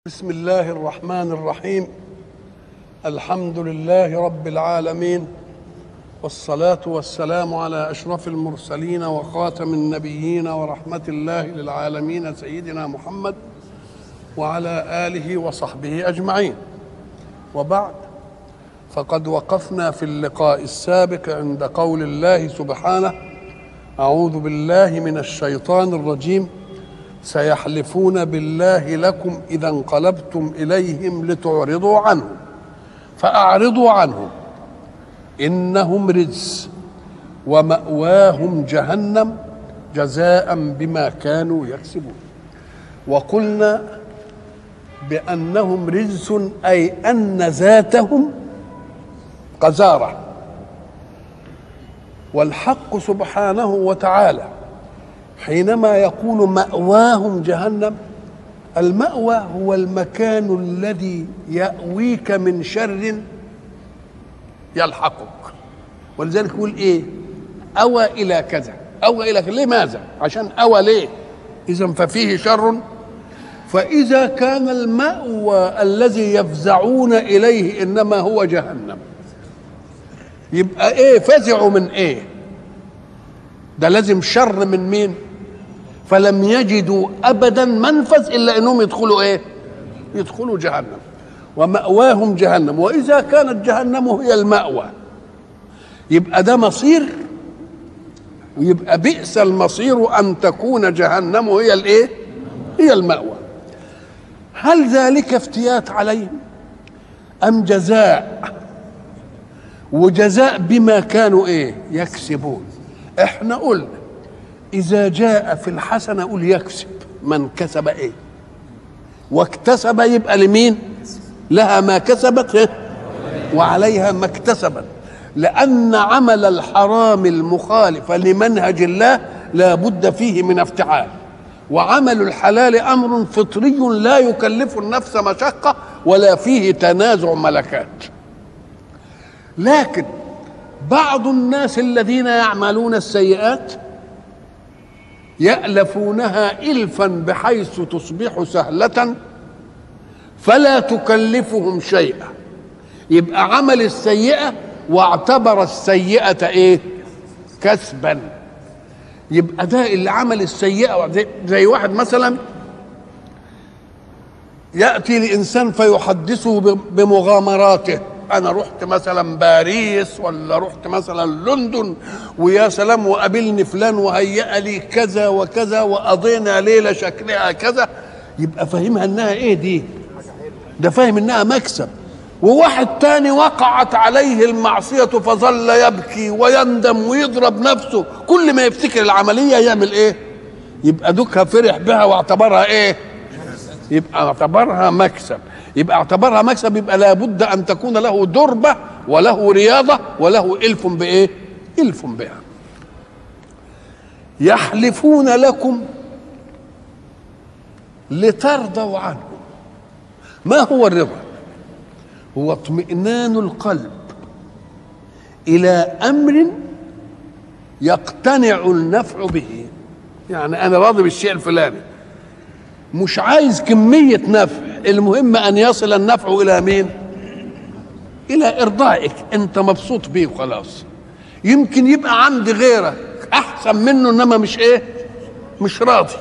بسم الله الرحمن الرحيم. الحمد لله رب العالمين، والصلاة والسلام على أشرف المرسلين وخاتم النبيين ورحمة الله للعالمين سيدنا محمد وعلى آله وصحبه أجمعين. وبعد، فقد وقفنا في اللقاء السابق عند قول الله سبحانه: أعوذ بالله من الشيطان الرجيم، سيحلفون بالله لكم إذا انقلبتم إليهم لتعرضوا عنهم فأعرضوا عنهم إنهم رجس ومأواهم جهنم جزاء بما كانوا يكسبون. وقلنا بأنهم رجس أي أن ذاتهم قذارة، والحق سبحانه وتعالى حينما يقول مأواهم جهنم، المأوى هو المكان الذي يأويك من شر يلحقك، ولذلك يقول ايه؟ أوى إلى كذا، أوى إلى كذا. لماذا؟ عشان أوى ليه؟ إذا ففيه شر. فإذا كان المأوى الذي يفزعون إليه إنما هو جهنم، يبقى ايه؟ فزعوا من ايه؟ ده لازم شر من مين؟ فلم يجدوا ابدا منفذ الا انهم يدخلوا ايه؟ يدخلوا جهنم. ومأواهم جهنم. واذا كانت جهنم هي المأوى يبقى ده مصير، ويبقى بئس المصير ان تكون جهنم هي الايه؟ هي المأوى. هل ذلك افتيات عليهم ام جزاء؟ وجزاء بما كانوا ايه؟ يكسبون. احنا قلنا اذا جاء في الحسنه قل يكسب، من كسب ايه؟ واكتسب يبقى لمين؟ لها ما كسبت وعليها ما اكتسبت، لان عمل الحرام المخالف لمنهج الله لا بد فيه من افتعال، وعمل الحلال امر فطري لا يكلف النفس مشقه ولا فيه تنازع ملكات. لكن بعض الناس الذين يعملون السيئات يألفونها إلفا بحيث تصبح سهلة فلا تكلفهم شيئا، يبقى عمل السيئة واعتبر السيئة ايه؟ كسبا. يبقى ده اللي عمل السيئة زي واحد مثلا يأتي لإنسان فيحدثه بمغامراته، أنا رحت مثلا باريس ولا رحت مثلا لندن ويا سلام وقابلني فلان وهيأ لي كذا وكذا وقضينا ليلة شكلها كذا، يبقى فاهمها إنها إيه دي؟ ده فاهم إنها مكسب. وواحد تاني وقعت عليه المعصية فظل يبكي ويندم ويضرب نفسه، كل ما يفتكر العملية يعمل إيه؟ يبقى دوكها فرح بها واعتبرها إيه؟ يبقى اعتبرها مكسب. يبقى اعتبرها مكسب، يبقى لابد ان تكون له دربه وله رياضه وله الف بايه؟ الف بها. يحلفون لكم لترضوا عنهم. ما هو الرضا؟ هو اطمئنان القلب الى امر يقتنع النفع به. يعني انا راضي بالشيء الفلاني، مش عايز كمية نفع، المهم أن يصل النفع إلى مين؟ إلى إرضائك، أنت مبسوط بيه وخلاص. يمكن يبقى عندي غيرك أحسن منه إنما مش إيه؟ مش راضي.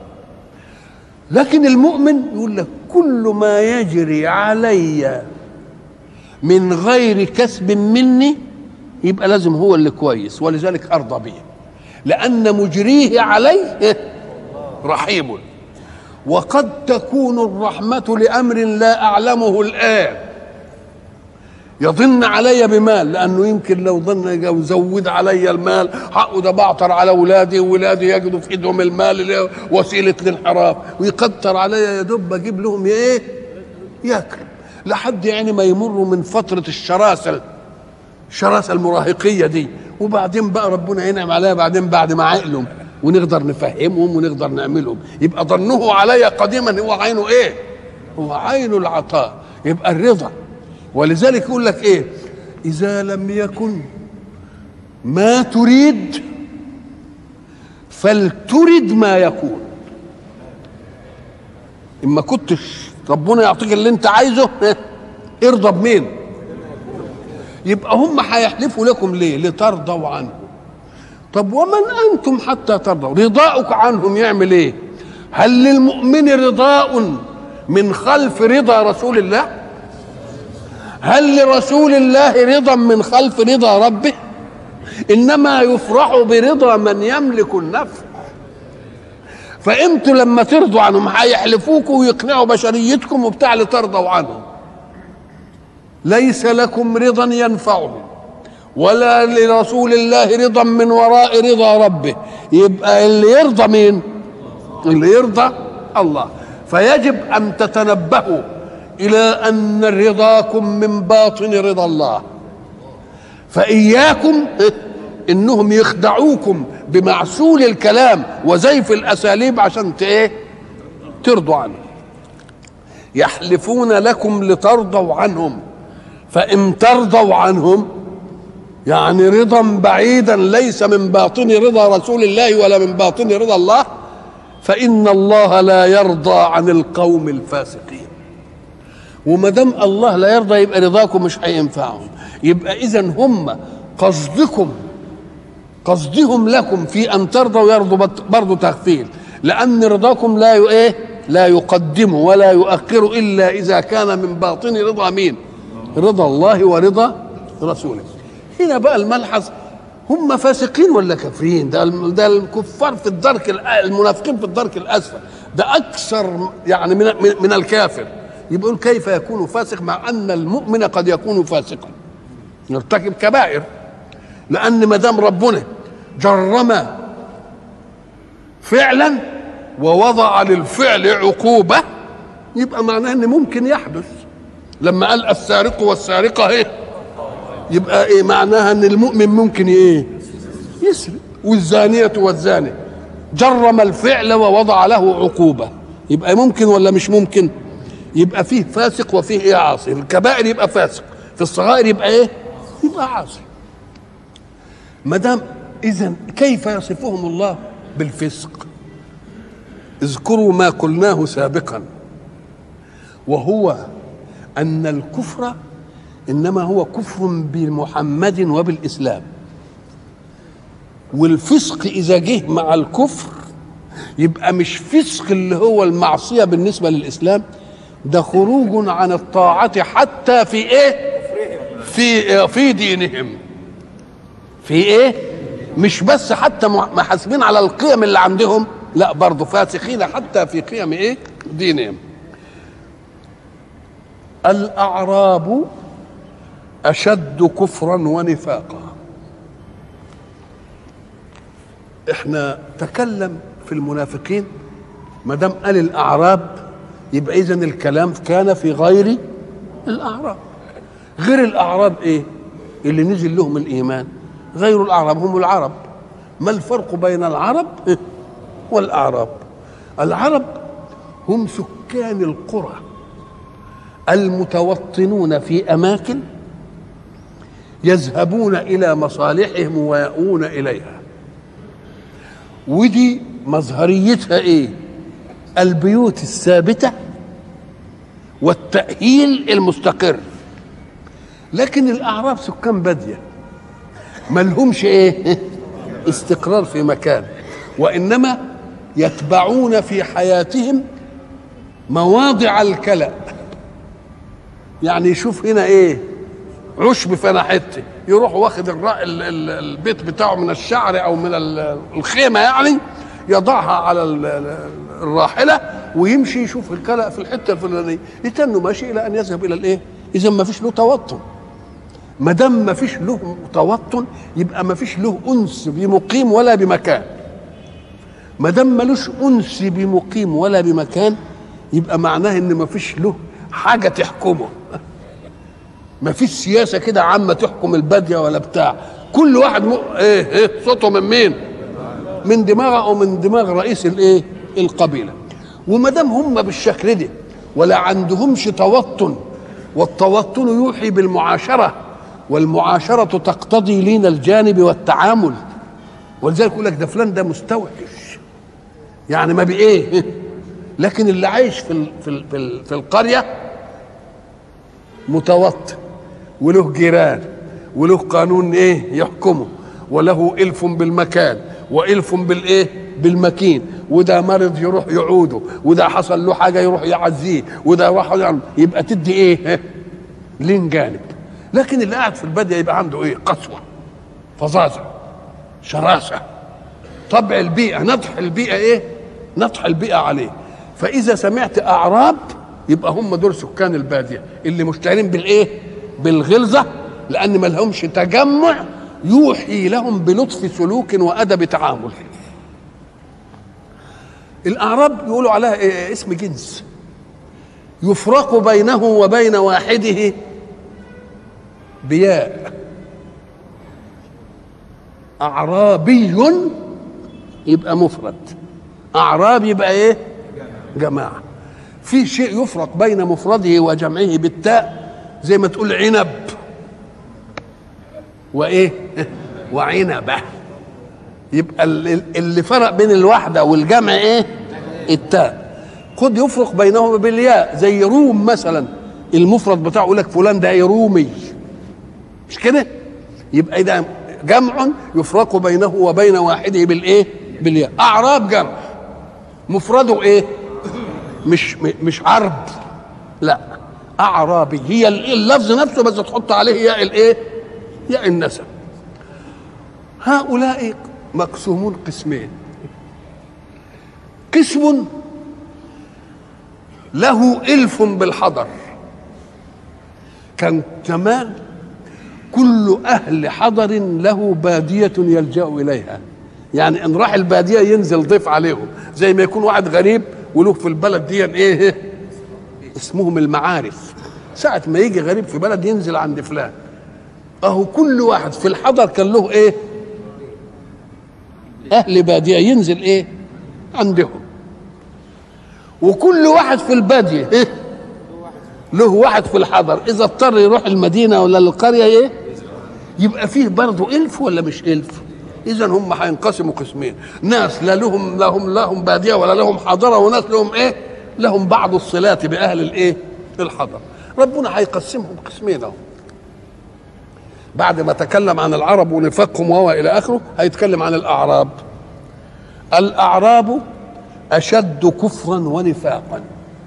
لكن المؤمن يقول لك كل ما يجري علي من غير كسب مني يبقى لازم هو اللي كويس، ولذلك أرضى به، لأن مجريه عليه رحيم. وقد تكون الرحمة لأمر لا أعلمه الآن، يظن علي بمال، لأنه يمكن لو ظن يزود علي المال حقه ده بعطر على أولادي وولادي يجدوا في إيدهم المال وسيلة للانحراف، ويقدر علي يا دوب أجيب لهم إيه؟ ياكل، لحد يعني ما يمروا من فترة الشراسة المراهقية دي، وبعدين بقى ربنا ينعم عليها بعدين بعد ما عقلهم ونقدر نفهمهم ونقدر نعملهم. يبقى ظنه علي قديما هو عينه ايه؟ هو عين العطاء، يبقى الرضا. ولذلك يقول لك ايه؟ اذا لم يكن ما تريد فلترد ما يكون. اما كنتش ربنا يعطيك اللي انت عايزه، ارضى بمين؟ يبقى هم هيحلفوا لكم ليه؟ لترضوا عنهم. طب ومن انتم حتى ترضوا؟ رضاؤك عنهم يعمل ايه؟ هل للمؤمن رضاء من خلف رضا رسول الله؟ هل لرسول الله رضا من خلف رضا ربه؟ انما يفرح برضا من يملك النفع. فانتوا لما ترضوا عنهم هيحلفوكم ويقنعوا بشريتكم وبتاع لترضوا عنهم. ليس لكم رضا ينفعهم ولا لرسول الله رضا من وراء رضا ربه. يبقى اللي يرضى مين؟ اللي يرضى الله. فيجب ان تتنبهوا الى ان رضاكم من باطن رضا الله. فاياكم انهم يخدعوكم بمعسول الكلام وزيف الاساليب عشان ترضوا عنهم. يحلفون لكم لترضوا عنهم، فان ترضوا عنهم يعني رضا بعيدا ليس من باطن رضا رسول الله ولا من باطن رضا الله، فان الله لا يرضى عن القوم الفاسقين. وما دام الله لا يرضى يبقى رضاكم مش هينفعهم. يبقى اذا هم قصدهم لكم في ان ترضوا يرضوا برضه تغفيل، لان رضاكم لا يقدم ولا يؤخر الا اذا كان من باطن رضا مين؟ رضا الله ورضا رسوله. هنا بقى الملحظ، هم فاسقين ولا كافرين؟ ده الكفار في الدرك، المنافقين في الدرك الاسفل، ده اكثر يعني من الكافر. يقول كيف يكون فاسق مع ان المؤمن قد يكون فاسقا يرتكب كبائر؟ لان ما دام ربنا جرم فعلا ووضع للفعل عقوبه يبقى معناه ان ممكن يحدث. لما قال السارق والسارقه يبقى معناها ان المؤمن ممكن يسرق، والزانيه والزاني جرم الفعل ووضع له عقوبه، يبقى ممكن ولا مش ممكن؟ يبقى فيه فاسق وفيه عاصي. في الكبائر يبقى فاسق، في الصغائر يبقى يبقى عاصي. ما دام اذا كيف يصفهم الله بالفسق؟ اذكروا ما قلناه سابقا، وهو ان الكفر انما هو كفر بمحمد وبالاسلام، والفسق اذا جه مع الكفر يبقى مش فسق اللي هو المعصيه بالنسبه للاسلام، ده خروج عن الطاعه حتى في دينهم. في مش بس حتى محاسبين على القيم اللي عندهم، لا برضه فاسقين حتى في قيم دينهم. الأعراب أشد كفرا ونفاقا. احنا تكلم في المنافقين، ما دام قال الأعراب يبقى إذن الكلام كان في غير الأعراب. غير الأعراب اللي نزل لهم الإيمان؟ غير الأعراب هم العرب. ما الفرق بين العرب والأعراب؟ العرب هم سكان القرى المتوطنون في أماكن يذهبون إلى مصالحهم ويأوون إليها، ودي مظهريتها البيوت الثابتة والتأهيل المستقر. لكن الأعراب سكان بادية ما لهمش استقرار في مكان، وإنما يتبعون في حياتهم مواضع الكلأ. يعني يشوف هنا عشب فانا حته يروح واخد البيت بتاعه من الشعر او من الخيمه، يعني يضعها على الراحله ويمشي يشوف الكلأ في الحته الفلانيه، يتنه ماشي الى ان يذهب الى اذا ما فيش له توطن. ما دام ما فيش له توطن يبقى ما فيش له انس بمقيم ولا بمكان. ما دام ملوش انس بمقيم ولا بمكان يبقى معناه ان ما فيش له حاجه تحكمه. ما فيش سياسه كده عامه تحكم الباديه ولا بتاع. كل واحد صوته من مين؟ من دماغه او من دماغ رئيس القبيله. وما دام هم بالشكل ده ولا عندهمش توطن، والتوطن يوحي بالمعاشره، والمعاشره تقتضي لين الجانب والتعامل. ولذلك يقول لك ده فلان ده مستوحش، يعني ما لكن اللي عايش في القريه متوطن وله جيران وله قانون ايه يحكمه، وله الف بالمكان والف بالايه بالمكين، وده مرض يروح يعوده، وده حصل له حاجه يروح يعزيه، وده راح يبقى تدي ايه لين جانب. لكن اللي قاعد في الباديه يبقى عنده ايه قسوه، فظاظه، شراسه، طبع البيئه، نطح البيئه ايه، نطح البيئه عليه. فاذا سمعت اعراب يبقى هم دول سكان الباديه اللي مشتهرين بالايه بالغلظه، لان ما لهمش تجمع يوحي لهم بلطف سلوك وادب تعامل. الاعراب يقولوا عليها إيه؟ اسم جنس يفرق بينه وبين واحده بياء. اعرابي يبقى مفرد، اعراب يبقى ايه جماعه. في شيء يفرق بين مفرده وجمعه بالتاء، زي ما تقول عنب وايه وعنبه، يبقى اللي فرق بين الوحده والجمع ايه التاء. قد يفرق بينهما بالياء، زي روم مثلا، المفرد بتاعه يقول لك فلان ده رومي، مش كده؟ يبقى ده جمع يفرق بينه وبين واحده بالايه بالياء. اعراب جمع مفرده ايه مش عرب، لا اعرابي، هي اللفظ نفسه بس تحط عليه ياء الايه ياء النسب. هؤلاء مقسومون قسمين، قسم له الف بالحضر، كان زمان كل اهل حضر له باديه يلجا اليها، يعني ان راح الباديه ينزل ضيف عليهم، زي ما يكون واحد غريب وله في البلد دي ايه اسمهم المعارف، ساعه ما يجي غريب في بلد ينزل عند فلان. اهو كل واحد في الحضر كان له ايه اهل باديه ينزل ايه عندهم، وكل واحد في الباديه ايه له واحد في الحضر، اذا اضطر يروح المدينه ولا القريه ايه يبقى فيه برضه الف ولا مش الف. اذا هم هينقسموا قسمين، ناس لا لهم باديه ولا لهم حضره، وناس لهم ايه لهم بعض الصلات باهل الايه الحضر. ربنا هيقسمهم قسمين اهو، بعد ما تكلم عن العرب ونفاقهم وهو الى اخره هيتكلم عن الاعراب. الاعراب اشد كفرا ونفاقا.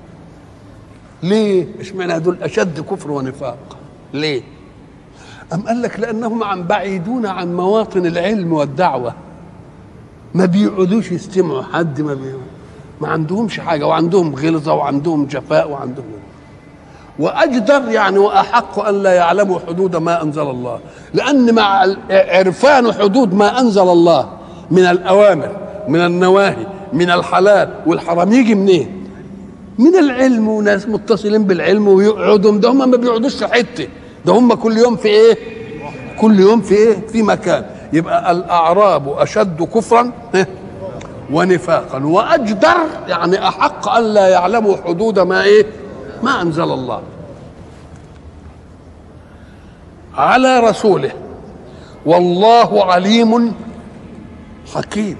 ليه اشمعنى دول اشد كفر ونفاق؟ ليه؟ أم قال لك لأنهم بعيدون عن مواطن العلم والدعوة، ما بيقعدوش يستمعوا حد، ما عندهمش حاجة، وعندهم غلظة وعندهم جفاء وعندهم، وأجدر يعني وأحق أن لا يعلموا حدود ما أنزل الله، لأن مع عرفان حدود ما أنزل الله من الأوامر من النواهي من الحلال والحرام يجي منين؟ من العلم، وناس متصلين بالعلم ويقعدوا، ده هم ما بيقعدوش في حته، ده هم كل يوم في ايه كل يوم في ايه في مكان. يبقى الاعراب اشد كفرا ونفاقا واجدر يعني احق ان لا يعلموا حدود ما ايه ما انزل الله على رسوله، والله عليم حكيم.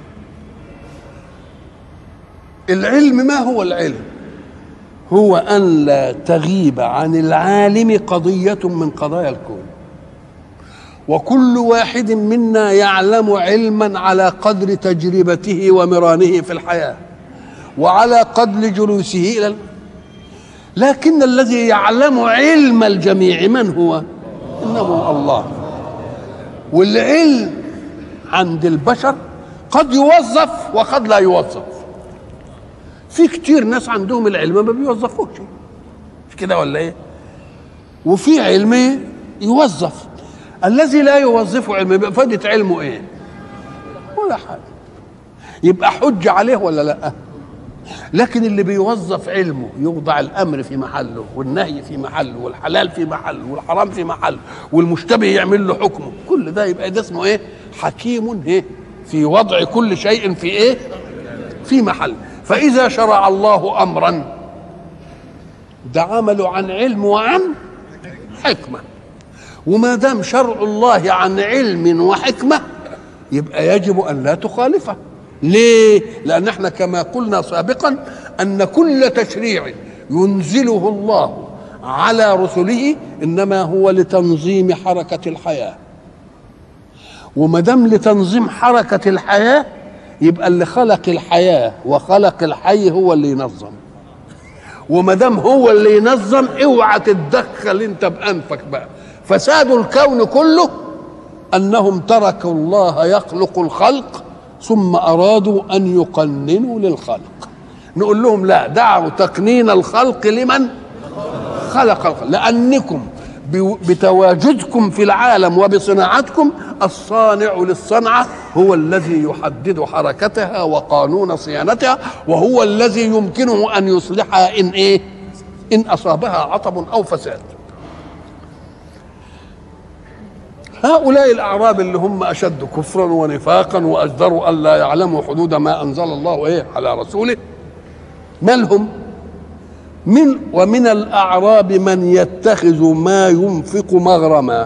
العلم ما هو العلم؟ هو أن لا تغيب عن العالم قضية من قضايا الكون، وكل واحد منا يعلم علما على قدر تجربته ومرانه في الحياة وعلى قدر جلوسه إلى لكن الذي يعلم علم الجميع من هو؟ إنه الله. والعلم عند البشر قد يوظف وقد لا يوظف. في كتير ناس عندهم العلم ما بيوظفوش، مش كده ولا ايه؟ وفي علم يوظف. الذي لا يوظفه علم يبقى فائدة علمه ايه؟ ولا حاجه، يبقى حجه عليه ولا لا؟ لكن اللي بيوظف علمه يوضع الامر في محله والنهي في محله والحلال في محله والحرام في محله والمشتبه يعمل له حكمه، كل ده يبقى ده اسمه ايه؟ حكيم ايه؟ في وضع كل شيء في ايه؟ في محل. فإذا شرع الله أمرا ده عمله عن علم وعن حكمة، وما دام شرع الله عن علم وحكمة يبقى يجب أن لا تخالفه. ليه؟ لأن احنا كما قلنا سابقا أن كل تشريع ينزله الله على رسله إنما هو لتنظيم حركة الحياة. وما دام لتنظيم حركة الحياة يبقى اللي خلق الحياة وخلق الحي هو اللي ينظم. وما دام هو اللي ينظم اوعى تتدخل انت بأنفك بقى. فساد الكون كله أنهم تركوا الله يخلق الخلق ثم أرادوا أن يقننوا للخلق. نقول لهم لا، دعوا تقنين الخلق لمن خلق الخلق، لأنكم بتواجدكم في العالم وبصناعتكم الصانع للصنعة هو الذي يحدد حركتها وقانون صيانتها، وهو الذي يمكنه أن يصلحها إن أصابها عطب أو فساد. هؤلاء الأعراب اللي هم أشد كفرا ونفاقا وأجدروا ألا يعلموا حدود ما أنزل الله على رسوله، ما لهم؟ ومن الأعراب من يتخذ ما ينفق مغرما.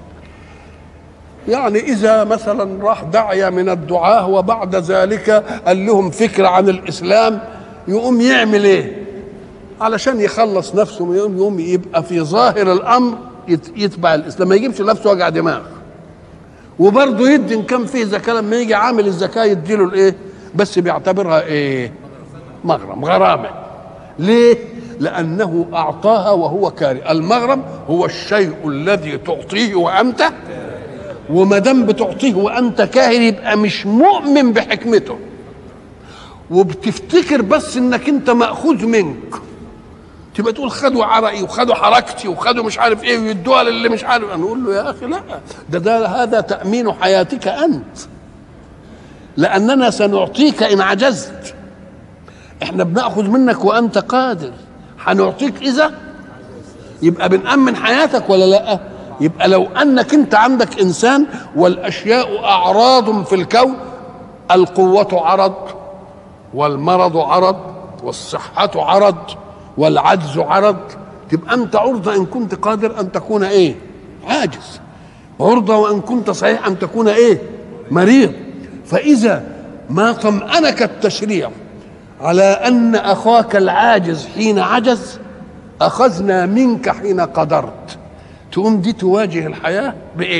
يعني إذا مثلا راح داعية من الدعاة وبعد ذلك قال لهم فكرة عن الإسلام يقوم يعمل إيه علشان يخلص نفسه؟ يقوم يبقى في ظاهر الأمر يتبع الإسلام، ما يجيبش نفسه وجع دماغ، وبرضه يدي إن كان فيه زكاة لما يجي عامل الزكاة يديله الإيه، بس بيعتبرها مغرم، غرامة. ليه؟ لأنه أعطاها وهو كاره. المغرم هو الشيء الذي تعطيه وأنت، وما دام بتعطيه وأنت كاهن يبقى مش مؤمن بحكمته، وبتفتكر بس إنك أنت مأخوذ منك، تبقى تقول خدوا عرقي وخدوا حركتي وخدوا مش عارف إيه ويدوها للي مش عارف. نقول له يا أخي لا، هذا تأمين حياتك أنت، لأننا سنعطيك إن عجزت. احنا بناخذ منك وانت قادر، هنعطيك اذا يبقى بنأمن حياتك ولا لا؟ يبقى لو انك انت عندك انسان والاشياء اعراض في الكون، القوة عرض والمرض عرض والصحة عرض والعجز عرض، تبقى انت عرضة ان كنت قادر ان تكون عاجز، عرضة وان كنت صحيح ان تكون مريض. فاذا ما طمأنك التشريع على أن أخاك العاجز حين عجز أخذنا منك حين قدرت، تقوم دي تواجه الحياة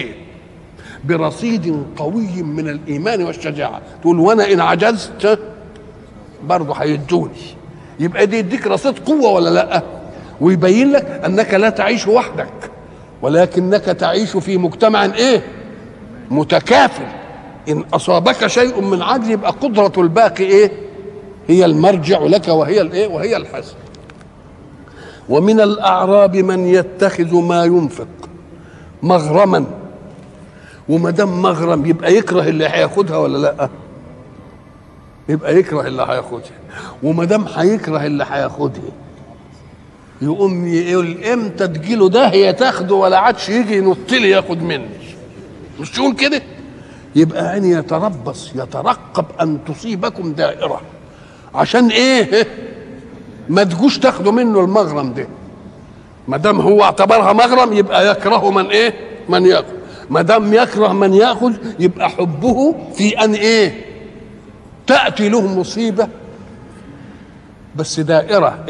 برصيد قوي من الإيمان والشجاعة. تقول وأنا إن عجزت برضه هيدوني، يبقى دي يديك رصيد قوة ولا لأ؟ ويبين لك أنك لا تعيش وحدك، ولكنك تعيش في مجتمع متكافل. إن أصابك شيء من عجز يبقى قدرة الباقي هي المرجع لك، وهي الحسن. ومن الأعراب من يتخذ ما ينفق مغرما. وما دام مغرم يبقى يكره اللي هياخدها ولا لا؟ يبقى يكره اللي هياخدها. وما دام هيكره اللي هياخدها يقوم يقول امتى تجيله ده هي تاخده ولا عادش يجي ينط لي ياخد مني، مش تقول كده؟ يبقى يترقب ان تصيبكم دائره، عشان ما تجوش تاخدوا منه المغرم ده. ما دام هو اعتبرها مغرم يبقى يكره من ياخذ. ما دام يكره من ياخذ يبقى حبه في ان تاتي له مصيبه، بس دائره.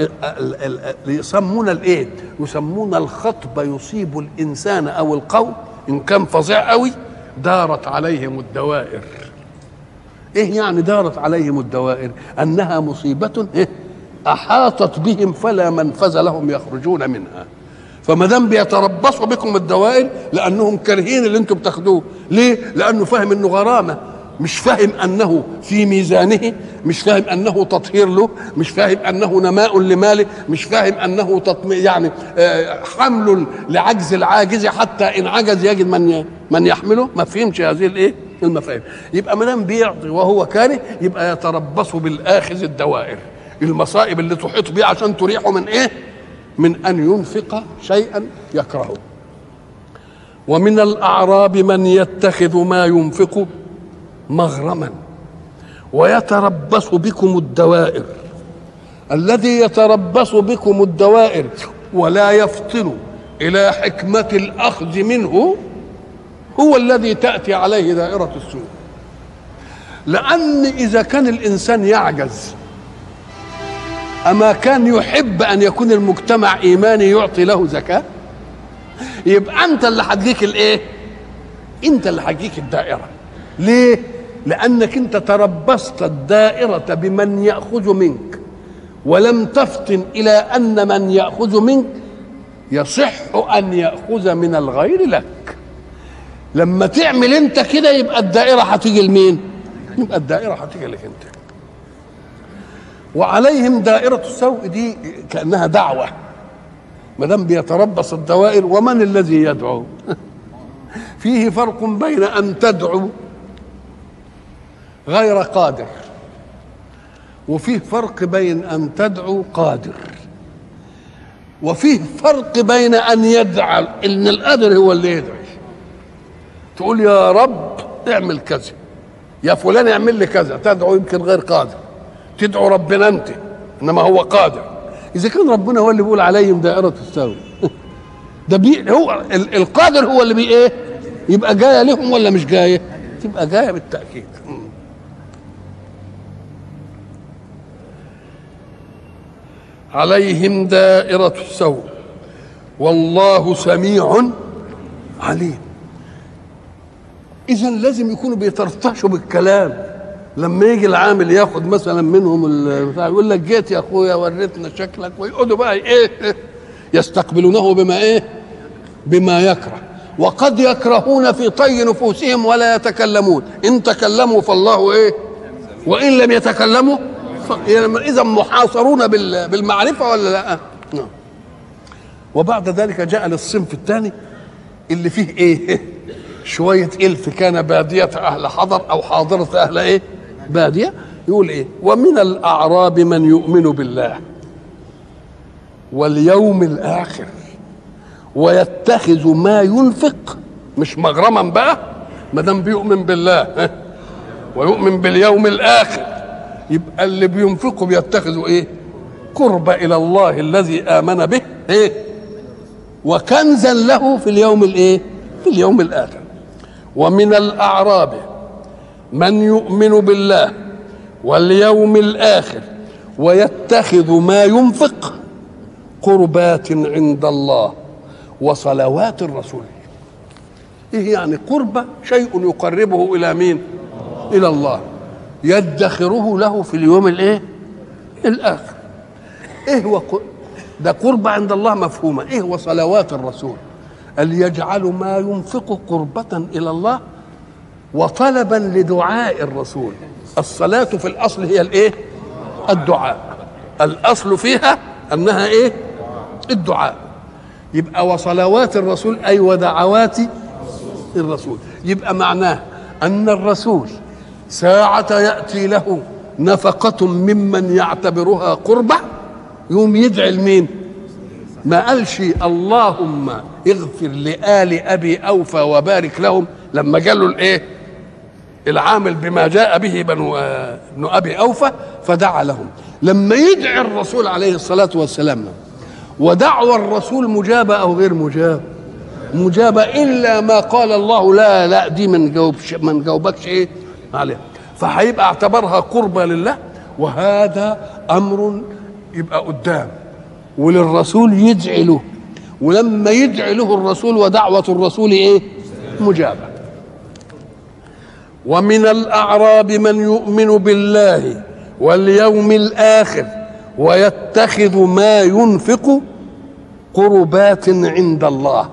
يسمون الخطب يصيب الانسان او القوم ان كان فظيع قوي دارت عليهم الدوائر. يعني دارت عليهم الدوائر؟ انها مصيبه احاطت بهم فلا منفذ لهم يخرجون منها. فما دام بيتربصوا بكم الدوائر لانهم كارهين اللي انتم بتاخدوه. ليه؟ لانه فاهم انه غرامه، مش فاهم انه في ميزانه، مش فاهم انه تطهير له، مش فاهم انه نماء لماله، مش فاهم انه حمل لعجز العاجز حتى ان عجز يجد من يحمله. ما فهمش هذه المفاهيم. يبقى ما دام بيعطي وهو كاره يبقى يتربص بالاخذ الدوائر، المصائب اللي تحيط به عشان تريحه من ان ينفق شيئا يكرهه. ومن الاعراب من يتخذ ما ينفق مغرما ويتربص بكم الدوائر. الذي يتربص بكم الدوائر ولا يفطن الى حكمة الاخذ منه هو الذي تأتي عليه دائرة السوء. لأن إذا كان الإنسان يعجز أما كان يحب أن يكون المجتمع إيماني يعطي له زكاة؟ يبقى أنت اللي هتجيك الإيه؟ أنت اللي هتجيك الدائرة. ليه؟ لأنك أنت تربصت الدائرة بمن يأخذ منك، ولم تفطن إلى أن من يأخذ منك يصح أن يأخذ من الغير لك. لما تعمل أنت كده يبقى الدائرة هتيجي لمين؟ يبقى الدائرة هتيجي لك أنت. وعليهم دائرة السوء دي كأنها دعوة، ما دام بيتربص الدوائر. ومن الذي يدعو؟ فيه فرق بين أن تدعو غير قادر، وفيه فرق بين أن تدعو قادر، وفيه فرق بين أن يدعى إن القادر هو اللي يدعي. تقول يا رب اعمل كذا، يا فلان اعمل لي كذا، تدعو يمكن غير قادر، تدعو ربنا أنت إنما هو قادر. إذا كان ربنا هو اللي بيقول عليهم دائرة السوء ده هو القادر هو اللي إيه؟ يبقى جاية لهم ولا مش جاية؟ تبقى جاية بالتأكيد. عليهم دائرة السوء والله سميع عليم. إذن لازم يكونوا بيترطشوا بالكلام. لما يجي العامل ياخد مثلا منهم يقول لك جيت يا اخويا وريتنا شكلك، ويقعدوا بقى ايه يستقبلونه بما ايه؟ بما يكره. وقد يكرهون في طي نفوسهم ولا يتكلمون، ان تكلموا فالله ايه؟ وان لم يتكلموا اذا محاصرون بالمعرفه ولا لا؟ نعم. وبعد ذلك جاء للصنف الثاني اللي فيه ايه؟ شويه الف كان باديه اهل حضر او حاضره اهل ايه؟ باديه. يقول ايه؟ ومن الاعراب من يؤمن بالله واليوم الاخر ويتخذ ما ينفق، مش مغرما بقى، ما دام بيؤمن بالله ويؤمن باليوم الاخر يبقى اللي بينفقوا بيتخذوا ايه؟ قربة الى الله الذي امن به ايه؟ وكنزا له في اليوم الايه؟ في اليوم الاخر. ومن الاعراب من يؤمن بالله واليوم الاخر ويتخذ ما ينفق قربات عند الله وصلوات الرسول. ايه يعني قربة؟ شيء يقربه الى مين؟ الى الله، يدخره له في اليوم الايه؟ الاخر. ايه هو ده؟ قربة عند الله مفهومة. ايه هو صلوات الرسول؟ أن يجعل ما ينفق قربة الى الله وطلبا لدعاء الرسول. الصلاة في الاصل هي الايه؟ الدعاء. الاصل فيها انها ايه؟ الدعاء. يبقى وصلوات الرسول اي ودعوات الرسول. يبقى معناه ان الرسول ساعة يأتي له نفقة ممن يعتبرها قربة يوم يدعي لمين؟ ما قالش اللهم اغفر لآل أبي أوفى وبارك لهم لما قالوا الايه؟ العامل بما جاء به ابن أبي أوفى فدعا لهم. لما يدعي الرسول عليه الصلاة والسلام، ودعوى الرسول مجابة أو غير مجابة؟ مجابة، إلا ما قال الله لا دي من جاوبكش إيه عليها، فهيبقى اعتبرها قربة لله. وهذا أمر يبقى قدام وللرسول يدعي له، ولما يدعي له الرسول ودعوة الرسول إيه؟ مجابة. ومن الأعراب من يؤمن بالله واليوم الآخر ويتخذ ما ينفق قربات عند الله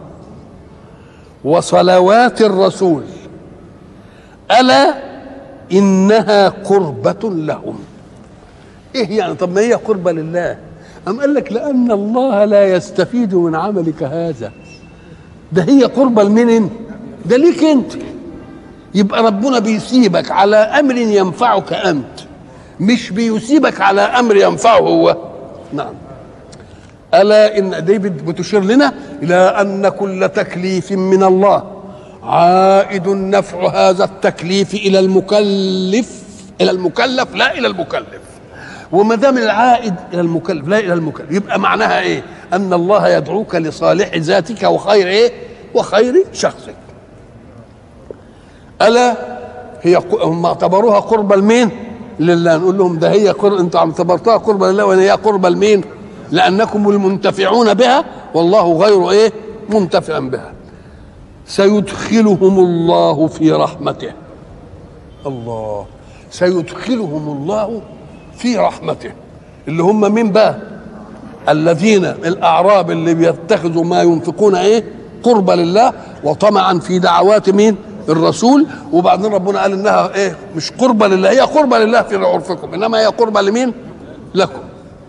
وصلوات الرسول ألا إنها قربة لهم. إيه يعني؟ طب ما هي قربة لله. أم قال لك لأن الله لا يستفيد من عملك هذا، ده هي قربة لمين؟ ده ليك أنت. يبقى ربنا بيسيبك على أمر ينفعك أنت، مش بيسيبك على أمر ينفعه هو. نعم. ألا إن دي بتشير لنا إلى أن كل تكليف من الله عائد نفع هذا التكليف إلى المكلف، لا إلى المكلف. وما دام العائد إلى المكلف لا إلى المكلف، يبقى معناها إيه؟ أن الله يدعوك لصالح ذاتك وخير إيه؟ وخير شخصك. ألا هم اعتبروها قربة لمين؟ لله، نقول لهم ده هي انتوا اعتبرتوها قربة لله وهي قربة لمين؟ لأنكم المنتفعون بها والله غير ايه؟ منتفع بها. سيدخلهم الله في رحمته. الله، سيدخلهم الله في رحمته، اللي هم مين بقى؟ الذين الأعراب اللي بيتخذوا ما ينفقون ايه؟ قربة لله وطمعا في دعوات مين؟ الرسول. وبعدين ربنا قال انها ايه؟ مش قربة لله، هي قربة لله في عرفكم، انما هي قربة لمين؟ لكم.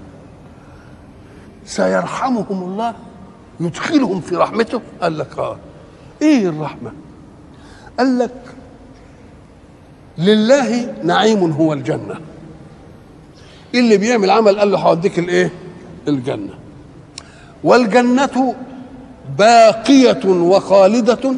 سيرحمهم الله، يدخلهم في رحمته. قال لك ايه الرحمة؟ قال لك لله نعيم هو الجنة، اللي بيعمل عمل قال له هوديك الايه؟ الجنة. والجنة باقية وخالدة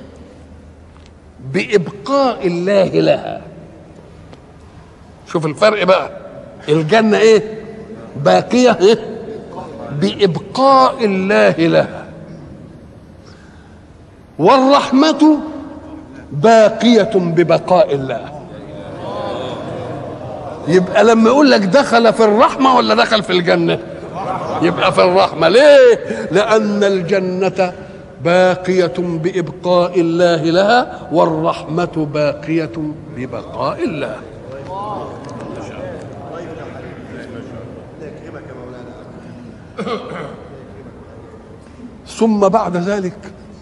بإبقاء الله لها. شوف الفرق بقى، الجنة ايه؟ باقية ايه؟ بإبقاء الله لها. والرحمة باقية ببقاء الله. يبقى لما يقول لك دخل في الرحمة ولا دخل في الجنة؟ يبقى في الرحمة. ليه؟ لأن الجنة باقية بإبقاء الله لها، والرحمة باقية ببقاء الله. ثم بعد ذلك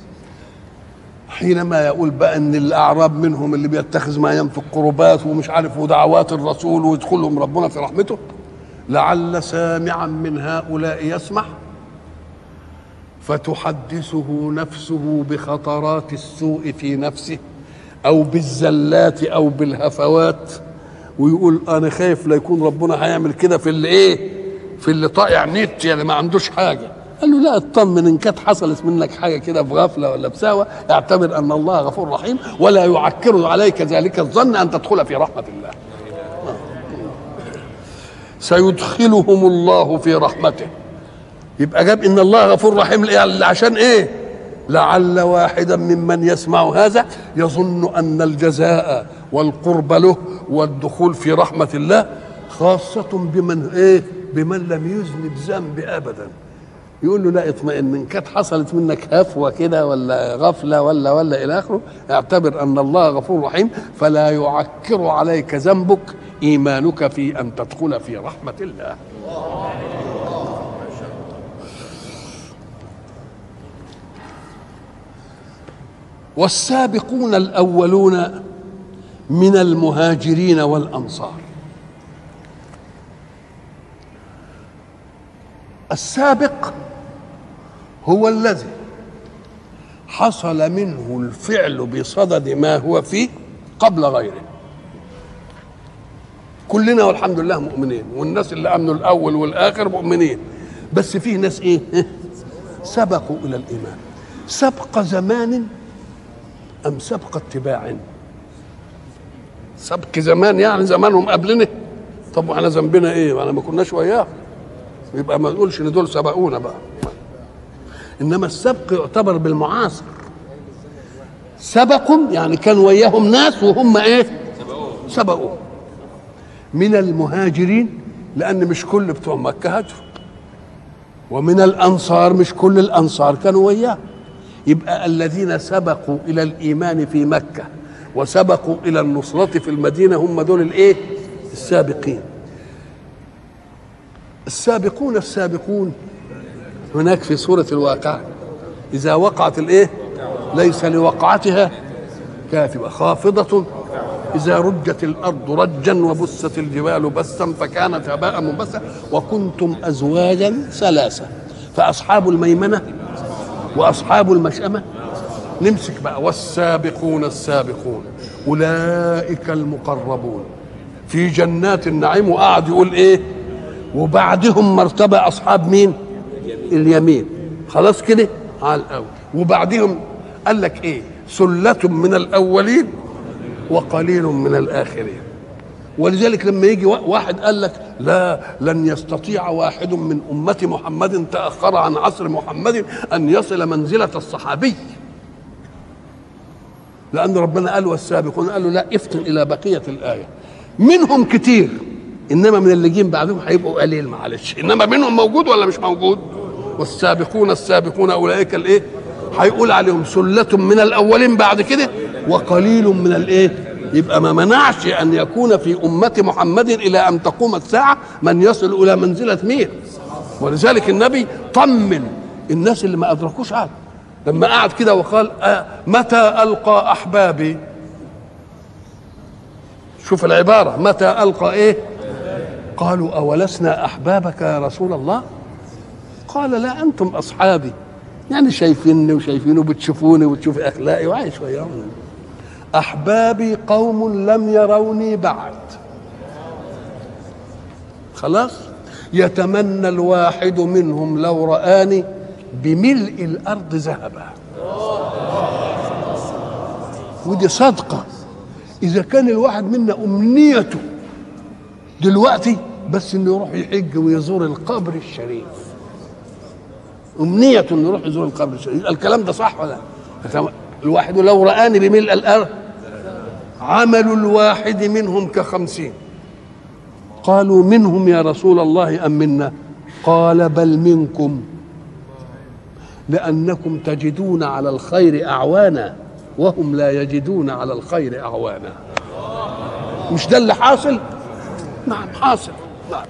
حينما يقول بقى ان الاعراب منهم اللي بيتخذ ما ينفق قربات ومش عارف ودعوات الرسول ويدخلهم ربنا في رحمته، لعل سامعا من هؤلاء يسمع فتحدثه نفسه بخطرات السوء في نفسه او بالزلات او بالهفوات، ويقول انا خايف لا يكون ربنا هيعمل كده في اللي ايه؟ في اللي طائع نت، يعني ما عندوش حاجه. قال له لا اطمن، ان كانت حصلت منك حاجه كده في غفله ولا بساوه اعتبر ان الله غفور رحيم ولا يعكر عليك ذلك الظن ان تدخل في رحمه الله. سيدخلهم الله في رحمته. يبقى جاب ان الله غفور رحيم عشان ايه؟ لعل واحدا ممن يسمع هذا يظن ان الجزاء والقرب له والدخول في رحمه الله خاصه بمن ايه؟ بمن لم يذنب ذنب ابدا. يقول له لا اطمئن، ان كانت حصلت منك هفوه كده ولا غفله ولا الى اخره اعتبر ان الله غفور رحيم فلا يعكر عليك ذنبك ايمانك في ان تدخل في رحمه الله. والسابقون الاولون من المهاجرين والانصار. السابق هو الذي حصل منه الفعل بصدد ما هو فيه قبل غيره. كلنا والحمد لله مؤمنين، والناس اللي امنوا الاول والاخر مؤمنين، بس فيه ناس ايه؟ سبقوا الى الايمان. سبق زمان ام سبق اتباع؟ سبق زمان يعني زمانهم قبلنا. طب واحنا ذنبنا ايه؟ وانا ما كناش وياهم، يبقى ما نقولش ان دول سبقونا بقى. انما السبق يعتبر بالمعاصر. سبقوا يعني كان وياهم ناس وهم ايه؟ سبقوا. من المهاجرين لان مش كل بتوع مكه هاجروا، ومن الانصار مش كل الانصار كانوا وياه. يبقى الذين سبقوا الى الايمان في مكه وسبقوا الى النصره في المدينه هم دول الايه؟ السابقين. السابقون السابقون هناك في سورة الواقعة إذا وقعت الإيه؟ ليس لوقعتها كاذبة خافضة إذا رجت الأرض رجا وبست الجبال بسا فكانت هباء منبثا وكنتم أزواجا ثلاثة فأصحاب الميمنة وأصحاب المشأمة. نمسك بقى والسابقون السابقون أولئك المقربون في جنات النعيم. وقعد يقول إيه؟ وبعدهم مرتبة أصحاب مين؟ اليمين. خلاص كده على الأول. وبعدهم قال لك إيه؟ سلة من الأولين وقليل من الآخرين. ولذلك لما يجي واحد قال لك لا لن يستطيع واحد من أمة محمد تأخر عن عصر محمد أن يصل منزلة الصحابي، لأن ربنا قال والسابقون، قال له لا افتن إلى بقية الآية. منهم كتير، انما من اللي جين بعدهم هيبقوا قليل، معلش، انما منهم موجود ولا مش موجود؟ والسابقون السابقون اولئك الايه؟ هيقول عليهم سلة من الاولين بعد كده وقليل من الايه؟ يبقى ما منعش ان يكون في امه محمد الى ان تقوم الساعه من يصل الى منزله مين. ولذلك النبي طمن الناس اللي ما ادركوش عاد لما قعد كده وقال متى القى احبابي. شوف العباره، متى القى ايه؟ قالوا اولسنا احبابك يا رسول الله؟ قال لا، انتم اصحابي، يعني شايفيني وشايفينه، بتشوفوني وتشوف اخلاقي وعايش وياهم. احبابي قوم لم يروني بعد. خلاص، يتمنى الواحد منهم لو رآني بملء الارض ذهبا. ودي صدقه. اذا كان الواحد منا امنيته دلوقتي بس انه يروح يحج ويزور القبر الشريف، امنيته انه يروح يزور القبر الشريف، الكلام ده صح ولا؟ الواحد لو رآني بملء الارض، عمل الواحد منهم ك50. قالوا منهم يا رسول الله ام منا؟ قال بل منكم، لانكم تجدون على الخير اعوانا وهم لا يجدون على الخير اعوانا. مش ده اللي حاصل؟ نعم حاصل. نعم.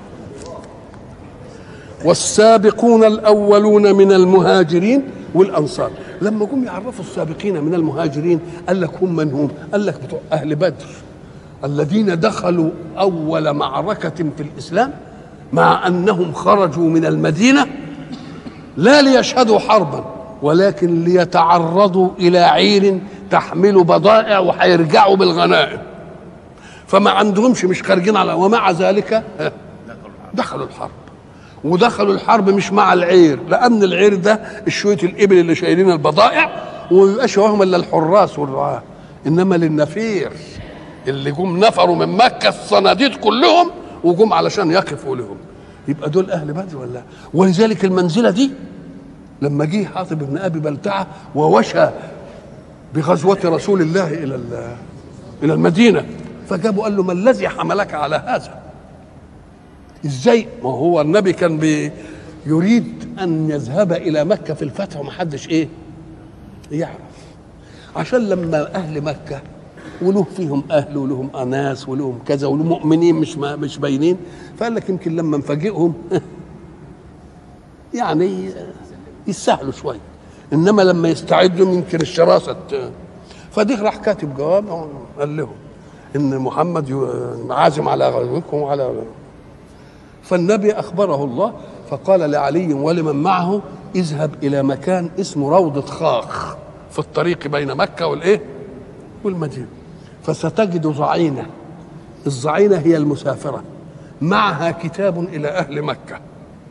والسابقون الاولون من المهاجرين والانصار. لما جم يعرفوا السابقين من المهاجرين قال لك هم من هم؟ قال لك بتوع اهل بدر الذين دخلوا اول معركه في الاسلام، مع انهم خرجوا من المدينه لا ليشهدوا حربا ولكن ليتعرضوا الى عير تحمل بضائع وهيرجعوا بالغنائم، فما عندهمش، مش خارجين على، ومع ذلك دخلوا الحرب. ودخلوا الحرب مش مع العير، لان العير ده شويه الابل اللي شايلين البضائع ويبقاش وهم الا الحراس والرعاه، انما للنفير اللي جم نفروا من مكه الصناديد كلهم وجم علشان يقفوا لهم، يبقى دول اهل بدر ولا؟ ولذلك المنزله دي لما جه حاطب بن ابي بلتعه ووشى بغزوه رسول الله الى المدينه، فجابوا قال له ما الذي حملك على هذا؟ ازاي؟ ما هو النبي كان يريد ان يذهب الى مكه في الفتح ومحدش ايه يعرف، عشان لما اهل مكه وله فيهم اهل ولهم اناس ولهم كذا ولهم مؤمنين مش باينين، فقال لك يمكن لما نفاجئهم يعني يسهلوا شويه، انما لما يستعدوا يمكن الشراسه. فدي راح كاتب جواب قال لهم ان محمد عازم على غزوكم وعلى، فالنبي اخبره الله فقال لعلي ولمن معه اذهب الى مكان اسمه روضه خاخ في الطريق بين مكه والايه والمدينه، فستجد ضعينه، الضعينه هي المسافره، معها كتاب الى اهل مكه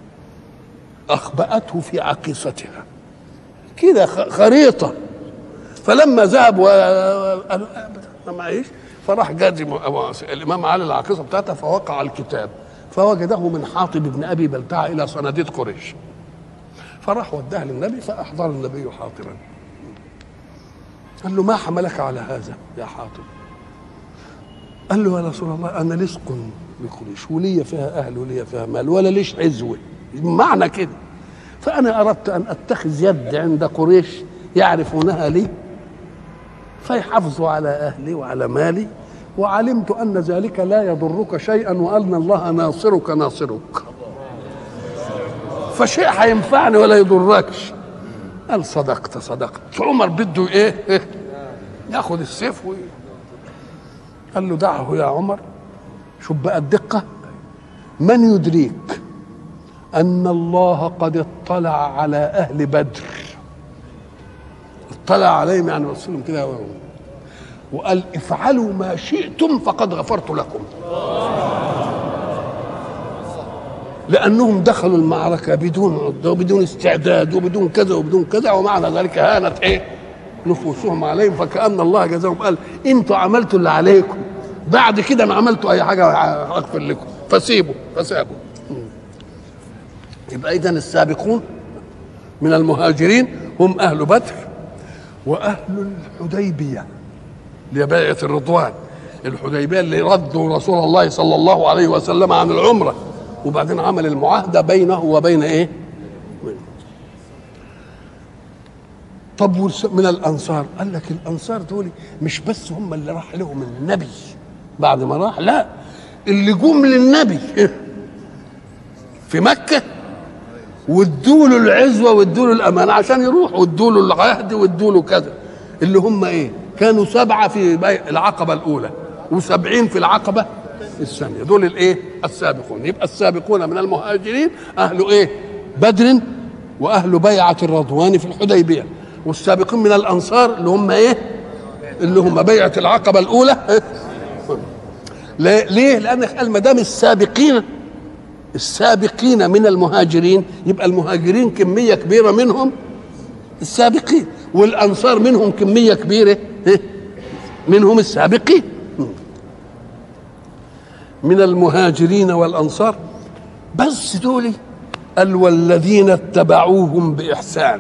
اخبأته في عقيصتها كده خريطه. فلما ذهب وقالوا ما معيش، فراح جازم الامام علي العقيصه بتاعتها فوقع الكتاب فوجده من حاطب بن ابي بلتعه الى صناديد قريش، فراح وداه للنبي فاحضر النبي حاطبا. قال له ما حملك على هذا يا حاطب؟ قال له يا رسول الله انا لصق بقريش ولي فيها اهل ولي فيها مال ولا ليش عزوه، معنى كده، فانا اردت ان اتخذ يد عند قريش يعرفونها لي فيحافظوا على اهلي وعلى مالي، وعلمت ان ذلك لا يضرك شيئا وان الله ناصرك ناصرك، فشيء هينفعني ولا يضركش. قال صدقت صدقت. عمر بده ايه ياخذ السيف قال له دعه يا عمر. شوف بقى الدقه، من يدريك ان الله قد اطلع على اهل بدر، اطلع عليهم يعني وصلهم كده وقال افعلوا ما شئتم فقد غفرت لكم، لانهم دخلوا المعركه بدون عده وبدون استعداد وبدون كذا وبدون كذا، ومعنى ذلك هانت ايه نفوسهم عليهم، فكأن الله جزاهم قال انتوا عملتوا اللي عليكم، بعد كده ما عملتوا اي حاجه اغفر لكم، فسيبوا. يبقى اذا السابقون من المهاجرين هم اهل بدر واهل الحديبيه لبيعه الرضوان، الحديبيه اللي ردوا رسول الله صلى الله عليه وسلم عن العمره، وبعدين عمل المعاهده بينه وبين ايه؟ طب من الانصار، قال لك الانصار دول مش بس هم اللي راح لهم النبي بعد ما راح، لا، اللي جم للنبي في مكه وادوا له العزوه وادوا له الامانه عشان يروح، وادوا له العهد وادوا له كذا، اللي هم ايه؟ كانوا 7 في العقبه الاولى و70 في العقبه الثانيه، دول الايه؟ السابقون. يبقى السابقون من المهاجرين اهل ايه؟ بدر واهل بيعه الرضوان في الحديبيه، والسابقين من الانصار اللي هم ايه؟ اللي هم بيعه العقبه الاولى. ليه؟ لانك قال ما دام السابقين من المهاجرين، يبقى المهاجرين كميه كبيره منهم السابقين، والانصار منهم كميه كبيره منهم السابقين. من المهاجرين والانصار، بس دول قال والذين اتبعوهم باحسان،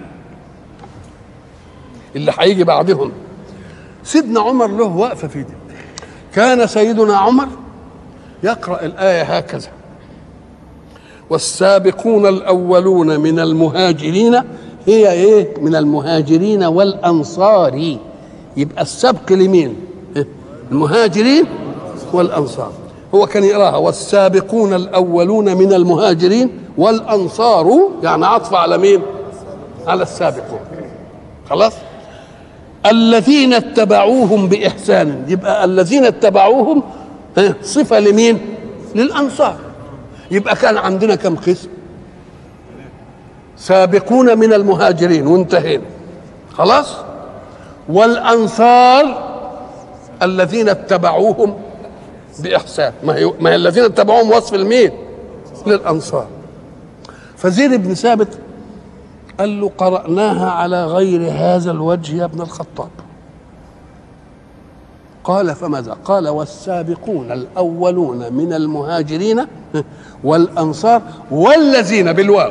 اللي هيجي بعدهم. سيدنا عمر له وقفه في دي. كان سيدنا عمر يقرأ الآية هكذا: والسابقون الأولون من المهاجرين، هي ايه؟ من المهاجرين والأنصار. يبقى السبق لمين؟ المهاجرين والأنصار. هو كان يقراها والسابقون الأولون من المهاجرين والأنصار، يعني عطف على مين؟ على السابقون. خلاص؟ الذين اتبعوهم بإحسان، يبقى الذين اتبعوهم صفة لمين؟ للأنصار. يبقى كان عندنا كم قسم؟ سابقون من المهاجرين وانتهينا، خلاص. والأنصار الذين اتبعوهم بإحسان، ما هي الذين اتبعوهم وصف المين؟ للأنصار. فزيد بن ثابت قال له قرأناها على غير هذا الوجه يا ابن الخطاب. قال فماذا؟ قال والسابقون الأولون من المهاجرين والأنصار والذين بالواو.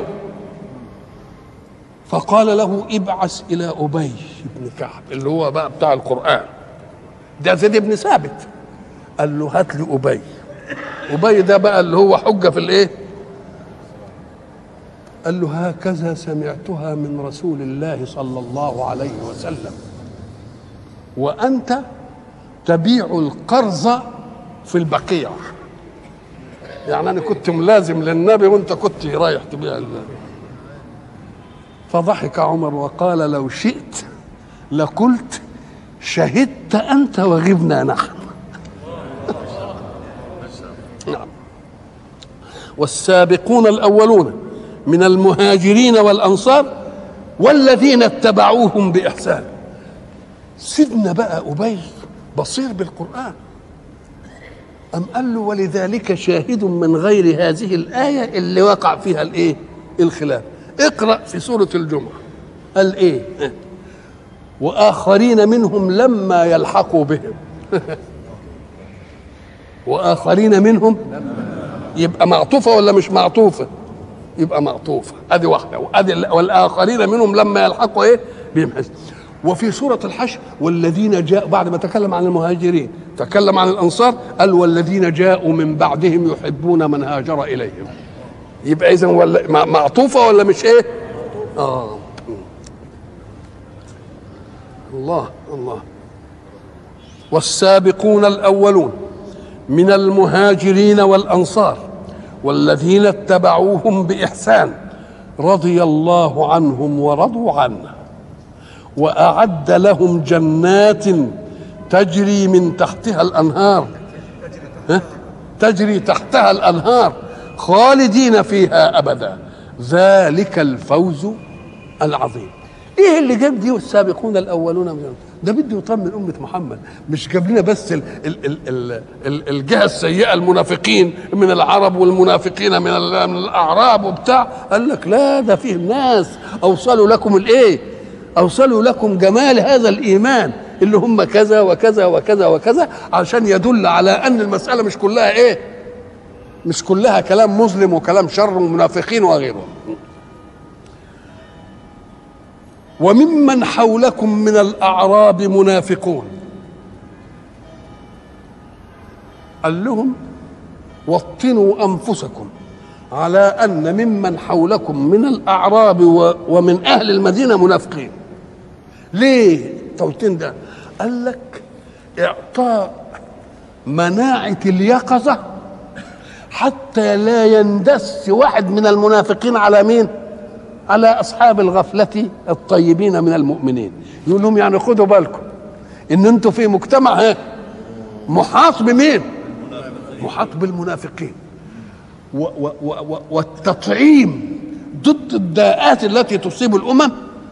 فقال له ابعث إلى أبي بن كعب اللي هو بقى بتاع القرآن، ده زيد بن ثابت. قال له هات لي أبي. أبي ده بقى اللي هو حجة في الإيه؟ قال له هكذا سمعتها من رسول الله صلى الله عليه وسلم، وأنت تبيع القرض في البقيع. يعني أنا كنت ملازم للنبي وأنت كنت رايح تبيع فضحك عمر وقال لو شئت لقلت شهدت أنت وغبنا نحن. نعم. والسابقون الأولون من المهاجرين والأنصار والذين اتبعوهم بإحسان. سيدنا بقى أبي بصير بالقرآن، أم قال له ولذلك شاهد من غير هذه الآية اللي وقع فيها الإيه؟ الخلاف. اقرأ في سورة الجمعة قال إيه؟ وآخرين منهم لما يلحقوا بهم. وآخرين منهم، يبقى معطوفة ولا مش معطوفة؟ يبقى معطوفة. ادي واحدة، وادي والآخرين منهم لما يلحقوا ايه؟ بهم. وفي سورة الحشر والذين جاءوا، بعد ما تكلم عن المهاجرين تكلم عن الأنصار، قال والذين جاءوا من بعدهم يحبون من هاجر إليهم. يبقى إذن ولا معطوفة ولا مش ايه؟ الله الله. والسابقون الأولون من المهاجرين والأنصار والذين اتبعوهم بإحسان رضي الله عنهم ورضوا عنه وأعد لهم جنات تجري من تحتها الأنهار، تجري تحتها الأنهار خالدين فيها أبدا، ذلك الفوز العظيم. ايه اللي جاب دي والسابقون الاولون من ده؟ بده يطمن امه محمد، مش جاب لنا بس الجهه السيئه المنافقين من العرب والمنافقين من الاعراب وبتاع. قال لك لا، ده فيه ناس اوصلوا لكم الايه؟ اوصلوا لكم جمال هذا الايمان اللي هم كذا وكذا وكذا وكذا، عشان يدل على ان المساله مش كلها ايه؟ مش كلها كلام مظلم وكلام شر ومنافقين وغيره. وممن حولكم من الأعراب منافقون. قال لهم وطنوا أنفسكم على أن ممن حولكم من الأعراب ومن أهل المدينة منافقين. ليه التوطين ده؟ قال لك إعطاء مناعة اليقظة حتى لا يندس واحد من المنافقين على مين؟ على أصحاب الغفلة الطيبين من المؤمنين. يقول لهم يعني خدوا بالكم إن أنتم في مجتمع محاط بمين؟ محاط بالمنافقين. والتطعيم ضد الداءات التي تصيب الأمم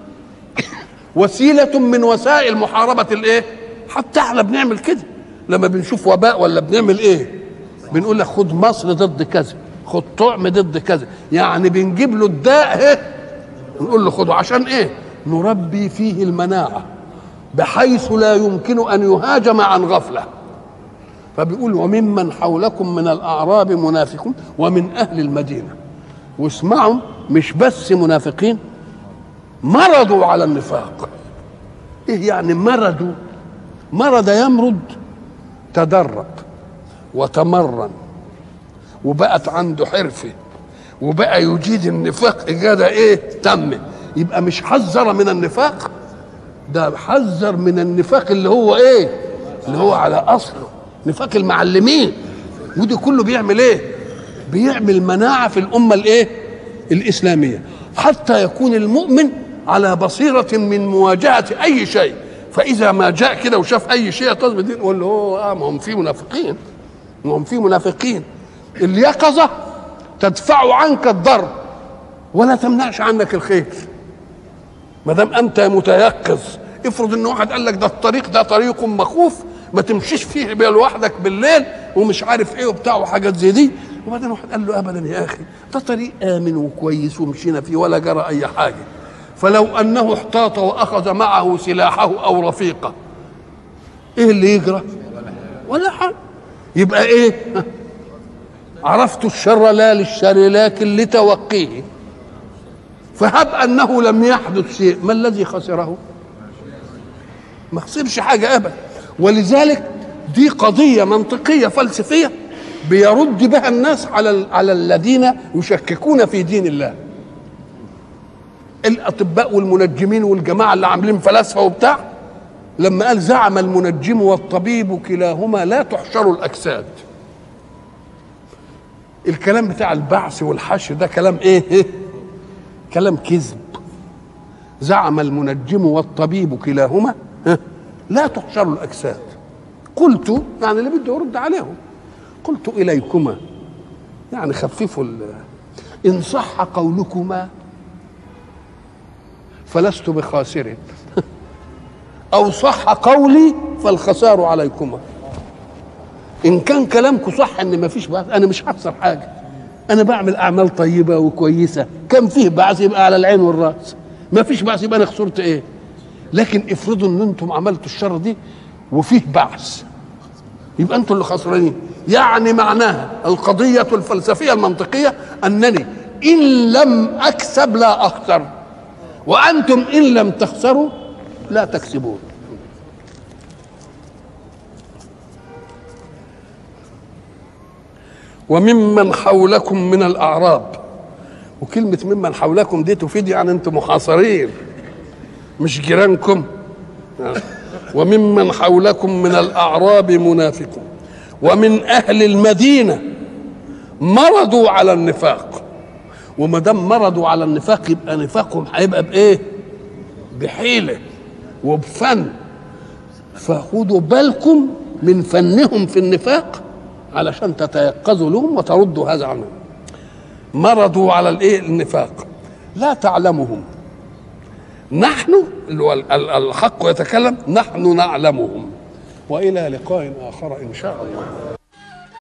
وسيلة من وسائل محاربة الإيه؟ حتى احنا بنعمل كده لما بنشوف وباء ولا بنعمل إيه؟ بنقول لك خد مصر ضد كذا، خد طعم ضد كذا، يعني بنجيب له الداء نقول له خده عشان إيه؟ نربي فيه المناعة بحيث لا يمكن أن يهاجم عن غفلة. فبيقول وممن حولكم من الأعراب منافقون ومن أهل المدينة. واسمعوا مش بس منافقين، مرضوا على النفاق. إيه يعني مرضوا؟ مرض يمرض، تدرب وتمرن وبقت عنده حرفة وبقى يجيد النفاق إجادة إيه؟ تم. يبقى مش حذر من النفاق، ده حذر من النفاق اللي هو إيه؟ اللي هو على أصله نفاق المعلمين. ودي كله بيعمل ايه؟ بيعمل مناعة في الأمة الايه؟ الإسلامية، حتى يكون المؤمن على بصيرة من مواجهة أي شيء. فإذا ما جاء كده وشاف أي شيء يتصل بالدين يقول له ما هم في منافقين، ما هم في منافقين. اليقظة تدفع عنك الضر ولا تمنعش عنك الخير ما دام أنت متيقظ. افرض إن واحد قال لك ده الطريق ده طريق مخوف ما تمشيش فيه لوحدك بالليل ومش عارف ايه وبتاع وحاجات زي دي، وبعدين واحد قال له ابدا يا اخي ده طريق امن وكويس ومشينا فيه ولا جرى اي حاجه. فلو انه احتاط واخذ معه سلاحه او رفيقه ايه اللي يجرى؟ ولا حاجه. يبقى ايه؟ عرفت الشر لا للشر لكن لتوقيه. فهب انه لم يحدث شيء، ما الذي خسره؟ ما خسرش حاجه ابدا. ولذلك دي قضية منطقية فلسفية بيرد بها الناس على الذين يشككون في دين الله. الأطباء والمنجمين والجماعة اللي عاملين فلاسفة وبتاع، لما قال زعم المنجم والطبيب كلاهما لا تحشر الأجساد. الكلام بتاع البعث والحشر ده كلام ايه؟ كلام كذب. زعم المنجم والطبيب كلاهما لا تحشر الأجساد. قلت يعني اللي بده يرد عليهم، قلت إليكما يعني خففوا إن صح قولكما فلست بخاسر أو صح قولي فالخسار عليكما. إن كان كلامكم صح إن ما فيش بعث أنا مش هخسر حاجة، أنا بعمل أعمال طيبة وكويسة، كم فيه بعث يبقى على العين والرأس، ما فيش بعث يبقى أنا خسرت إيه؟ لكن افرضوا ان انتم عملتوا الشر دي وفيه بعث يبقى انتم اللي خسرانين. يعني معناها القضية الفلسفية المنطقية انني ان لم اكسب لا اخسر، وانتم ان لم تخسروا لا تكسبون. وممن حولكم من الاعراب. وكلمة ممن حولكم دي تفيد يعني انتم محاصرين مش جيرانكم. وممن حولكم من الأعراب منافقون ومن أهل المدينة مرضوا على النفاق. وما دام مرضوا على النفاق يبقى نفاقهم هيبقى بإيه؟ بحيلة وبفن. فخدوا بالكم من فنهم في النفاق علشان تتيقظوا لهم وتردوا هذا عنهم. مرضوا على الإيه؟ النفاق لا تعلمهم نحن الحق يتكلم، نحن نعلمهم. وإلى لقاء آخر إن شاء الله.